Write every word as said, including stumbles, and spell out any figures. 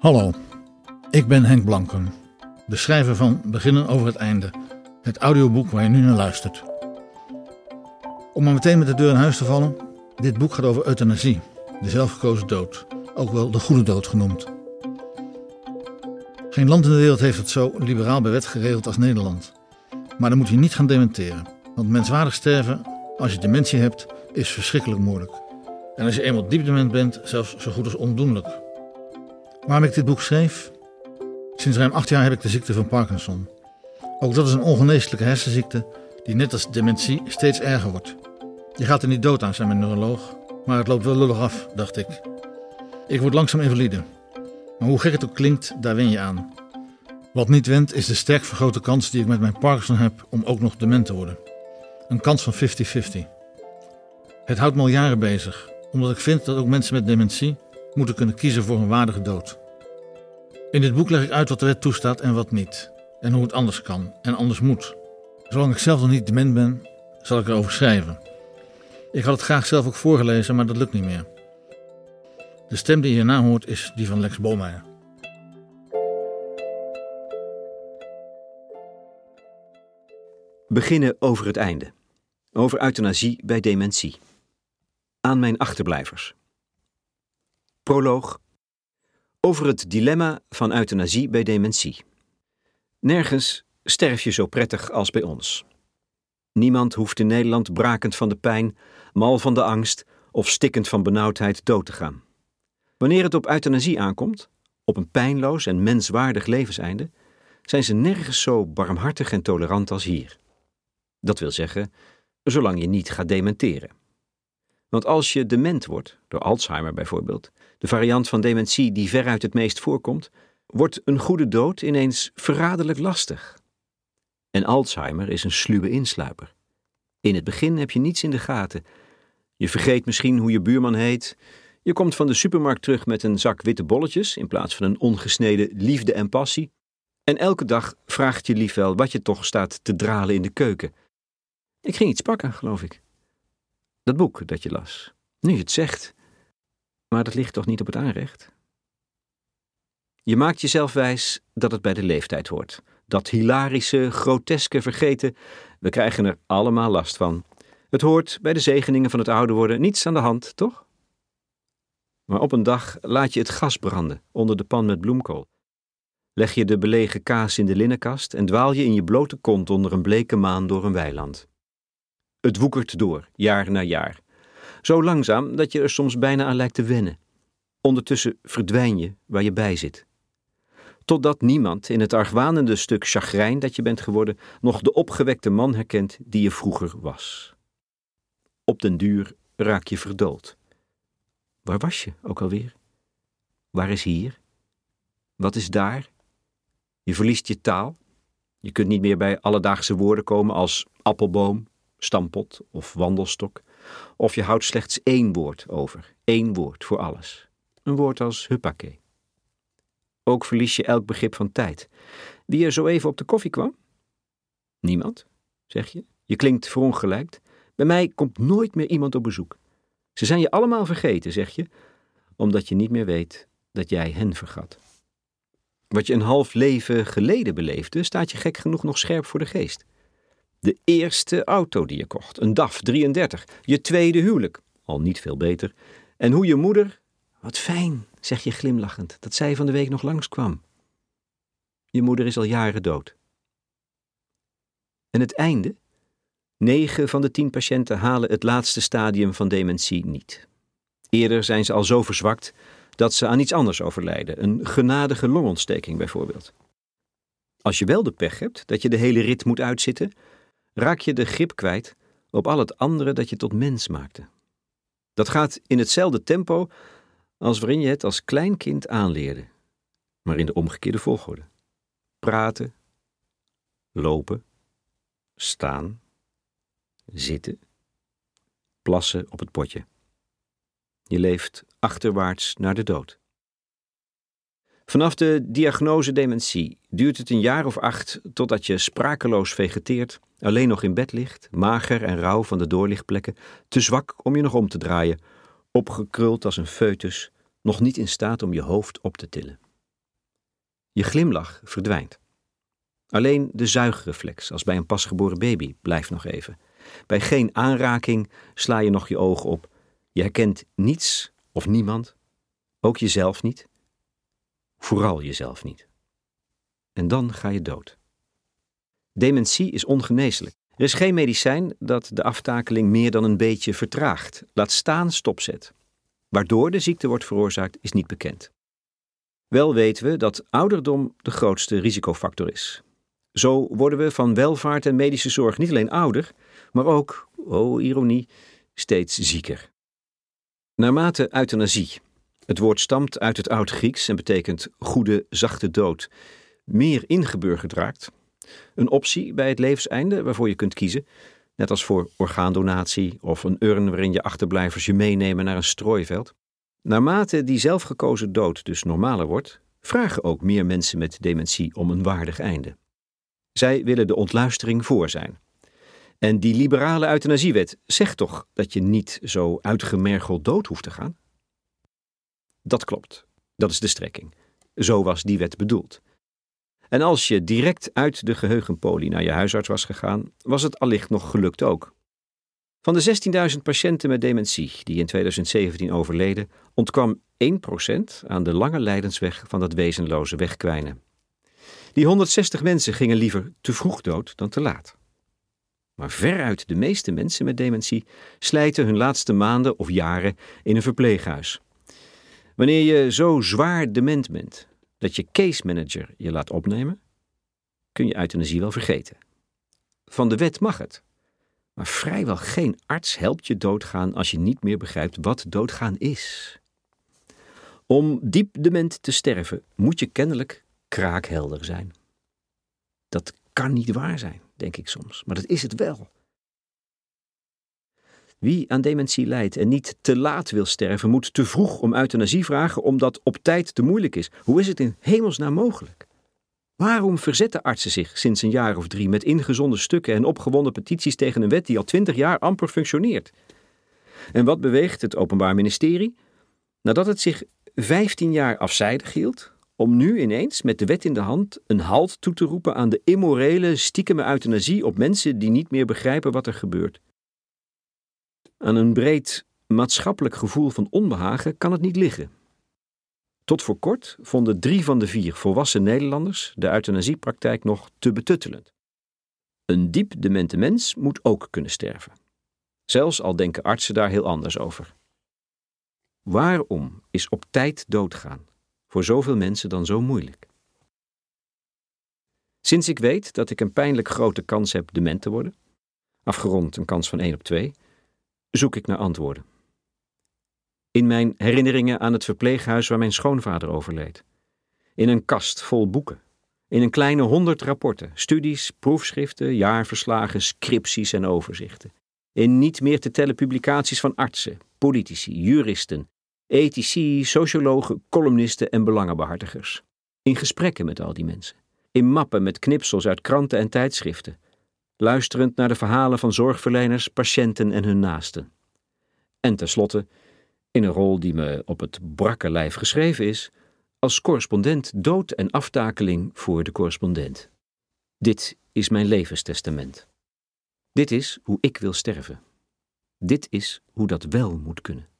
Hallo, ik ben Henk Blanken, de schrijver van Beginnen over het einde, het audioboek waar je nu naar luistert. Om maar meteen met de deur in huis te vallen, dit boek gaat over euthanasie, de zelfgekozen dood, ook wel de goede dood genoemd. Geen land in de wereld heeft het zo liberaal bij wet geregeld als Nederland. Maar dan moet je niet gaan dementeren, want menswaardig sterven als je dementie hebt is verschrikkelijk moeilijk. En als je eenmaal diep dement bent, zelfs zo goed als ondoenlijk. Waarom ik dit boek schreef? Sinds ruim acht jaar heb ik de ziekte van Parkinson. Ook dat is een ongeneeslijke hersenziekte die net als dementie steeds erger wordt. Je gaat er niet dood aan, zei mijn neuroloog, maar het loopt wel lullig af, dacht ik. Ik word langzaam invalide. Maar hoe gek het ook klinkt, daar wen je aan. Wat niet went is de sterk vergrote kans die ik met mijn Parkinson heb om ook nog dement te worden. Een kans van vijftig vijftig. Het houdt me al jaren bezig, omdat ik vind dat ook mensen met dementie moeten kunnen kiezen voor een waardige dood. In dit boek leg ik uit wat de wet toestaat en wat niet. En hoe het anders kan en anders moet. Zolang ik zelf nog niet dement ben, zal ik erover schrijven. Ik had het graag zelf ook voorgelezen, maar dat lukt niet meer. De stem die je hierna hoort is die van Lex Bolmeijer. Beginnen over het einde. Over euthanasie bij dementie. Aan mijn achterblijvers. Proloog. Over het dilemma van euthanasie bij dementie. Nergens sterf je zo prettig als bij ons. Niemand hoeft in Nederland brakend van de pijn, mal van de angst of stikkend van benauwdheid dood te gaan. Wanneer het op euthanasie aankomt, op een pijnloos en menswaardig levenseinde, zijn ze nergens zo barmhartig en tolerant als hier. Dat wil zeggen, zolang je niet gaat dementeren. Want als je dement wordt, door Alzheimer bijvoorbeeld, de variant van dementie die veruit het meest voorkomt, wordt een goede dood ineens verraderlijk lastig. En Alzheimer is een sluwe insluiper. In het begin heb je niets in de gaten. Je vergeet misschien hoe je buurman heet. Je komt van de supermarkt terug met een zak witte bolletjes in plaats van een ongesneden liefde en passie. En elke dag vraagt je lief wel wat je toch staat te dralen in de keuken. Ik ging iets pakken, geloof ik. Dat boek dat je las. Nu je het zegt. Maar dat ligt toch niet op het aanrecht? Je maakt jezelf wijs dat het bij de leeftijd hoort. Dat hilarische, groteske vergeten, we krijgen er allemaal last van. Het hoort bij de zegeningen van het ouder worden, niets aan de hand, toch? Maar op een dag laat je het gas branden onder de pan met bloemkool. Leg je de belegen kaas in de linnenkast en dwaal je in je blote kont onder een bleke maan door een weiland. Het woekert door, jaar na jaar. Zo langzaam dat je er soms bijna aan lijkt te wennen. Ondertussen verdwijn je waar je bij zit. Totdat niemand in het argwanende stuk chagrijn dat je bent geworden nog de opgewekte man herkent die je vroeger was. Op den duur raak je verdoold. Waar was je ook alweer? Waar is hier? Wat is daar? Je verliest je taal. Je kunt niet meer bij alledaagse woorden komen als appelboom, stampot of wandelstok. Of je houdt slechts één woord over, één woord voor alles. Een woord als huppakee. Ook verlies je elk begrip van tijd. Wie er zo even op de koffie kwam? Niemand, zeg je. Je klinkt verongelijkt. Bij mij komt nooit meer iemand op bezoek. Ze zijn je allemaal vergeten, zeg je, omdat je niet meer weet dat jij hen vergat. Wat je een half leven geleden beleefde, staat je gek genoeg nog scherp voor de geest. De eerste auto die je kocht, een D A F drieëndertig, je tweede huwelijk, al niet veel beter, en hoe je moeder, wat fijn, zeg je glimlachend, dat zij van de week nog langskwam. Je moeder is al jaren dood. En het einde? Negen van de tien patiënten halen het laatste stadium van dementie niet. Eerder zijn ze al zo verzwakt dat ze aan iets anders overlijden, een genadige longontsteking bijvoorbeeld. Als je wel de pech hebt dat je de hele rit moet uitzitten, raak je de grip kwijt op al het andere dat je tot mens maakte. Dat gaat in hetzelfde tempo als waarin je het als klein kind aanleerde, maar in de omgekeerde volgorde. Praten, lopen, staan, zitten, plassen op het potje. Je leeft achterwaarts naar de dood. Vanaf de diagnose dementie duurt het een jaar of acht totdat je sprakeloos vegeteert, alleen nog in bed ligt, mager en rauw van de doorlichtplekken, te zwak om je nog om te draaien, opgekruld als een foetus, nog niet in staat om je hoofd op te tillen. Je glimlach verdwijnt. Alleen de zuigreflex, als bij een pasgeboren baby, blijft nog even. Bij geen aanraking sla je nog je ogen op. Je herkent niets of niemand, ook jezelf niet. Vooral jezelf niet. En dan ga je dood. Dementie is ongeneeslijk. Er is geen medicijn dat de aftakeling meer dan een beetje vertraagt, laat staan stopzet. Waardoor de ziekte wordt veroorzaakt is niet bekend. Wel weten we dat ouderdom de grootste risicofactor is. Zo worden we van welvaart en medische zorg niet alleen ouder, maar ook, oh ironie, steeds zieker. Naarmate euthanasie, het woord stamt uit het Oud-Grieks en betekent goede, zachte dood, meer ingeburgerd raakt, een optie bij het levenseinde waarvoor je kunt kiezen, net als voor orgaandonatie of een urn waarin je achterblijvers je meenemen naar een strooiveld. Naarmate die zelfgekozen dood dus normaler wordt, vragen ook meer mensen met dementie om een waardig einde. Zij willen de ontluistering voor zijn. En die liberale euthanasiewet zegt toch dat je niet zo uitgemergeld dood hoeft te gaan? Dat klopt. Dat is de strekking. Zo was die wet bedoeld. En als je direct uit de geheugenpolie naar je huisarts was gegaan, was het allicht nog gelukt ook. Van de zestienduizend patiënten met dementie die in tweeduizend zeventien overleden, ontkwam één procent aan de lange lijdensweg van dat wezenloze wegkwijnen. Die honderdzestig mensen gingen liever te vroeg dood dan te laat. Maar veruit de meeste mensen met dementie slijten hun laatste maanden of jaren in een verpleeghuis. Wanneer je zo zwaar dement bent dat je case manager je laat opnemen, kun je euthanasie wel vergeten. Van de wet mag het. Maar vrijwel geen arts helpt je doodgaan als je niet meer begrijpt wat doodgaan is. Om diep dement te sterven moet je kennelijk kraakhelder zijn. Dat kan niet waar zijn, denk ik soms, maar dat is het wel. Wie aan dementie lijdt en niet te laat wil sterven, moet te vroeg om euthanasie vragen omdat op tijd te moeilijk is. Hoe is het in hemelsnaam mogelijk? Waarom verzetten artsen zich sinds een jaar of drie met ingezonden stukken en opgewonden petities tegen een wet die al twintig jaar amper functioneert? En wat beweegt het Openbaar Ministerie? Nadat het zich vijftien jaar afzijdig hield, om nu ineens met de wet in de hand een halt toe te roepen aan de immorele, stiekeme euthanasie op mensen die niet meer begrijpen wat er gebeurt. Aan een breed maatschappelijk gevoel van onbehagen kan het niet liggen. Tot voor kort vonden drie van de vier volwassen Nederlanders de euthanasiepraktijk nog te betuttelend. Een diep demente mens moet ook kunnen sterven. Zelfs al denken artsen daar heel anders over. Waarom is op tijd doodgaan voor zoveel mensen dan zo moeilijk? Sinds ik weet dat ik een pijnlijk grote kans heb dement te worden, afgerond een kans van één op twee, zoek ik naar antwoorden. In mijn herinneringen aan het verpleeghuis waar mijn schoonvader overleed. In een kast vol boeken. In een kleine honderd rapporten, studies, proefschriften, jaarverslagen, scripties en overzichten. In niet meer te tellen publicaties van artsen, politici, juristen, ethici, sociologen, columnisten en belangenbehartigers. In gesprekken met al die mensen. In mappen met knipsels uit kranten en tijdschriften. Luisterend naar de verhalen van zorgverleners, patiënten en hun naasten. En tenslotte, in een rol die me op het brakke lijf geschreven is, als correspondent dood en aftakeling voor de correspondent. Dit is mijn levenstestament. Dit is hoe ik wil sterven. Dit is hoe dat wel moet kunnen.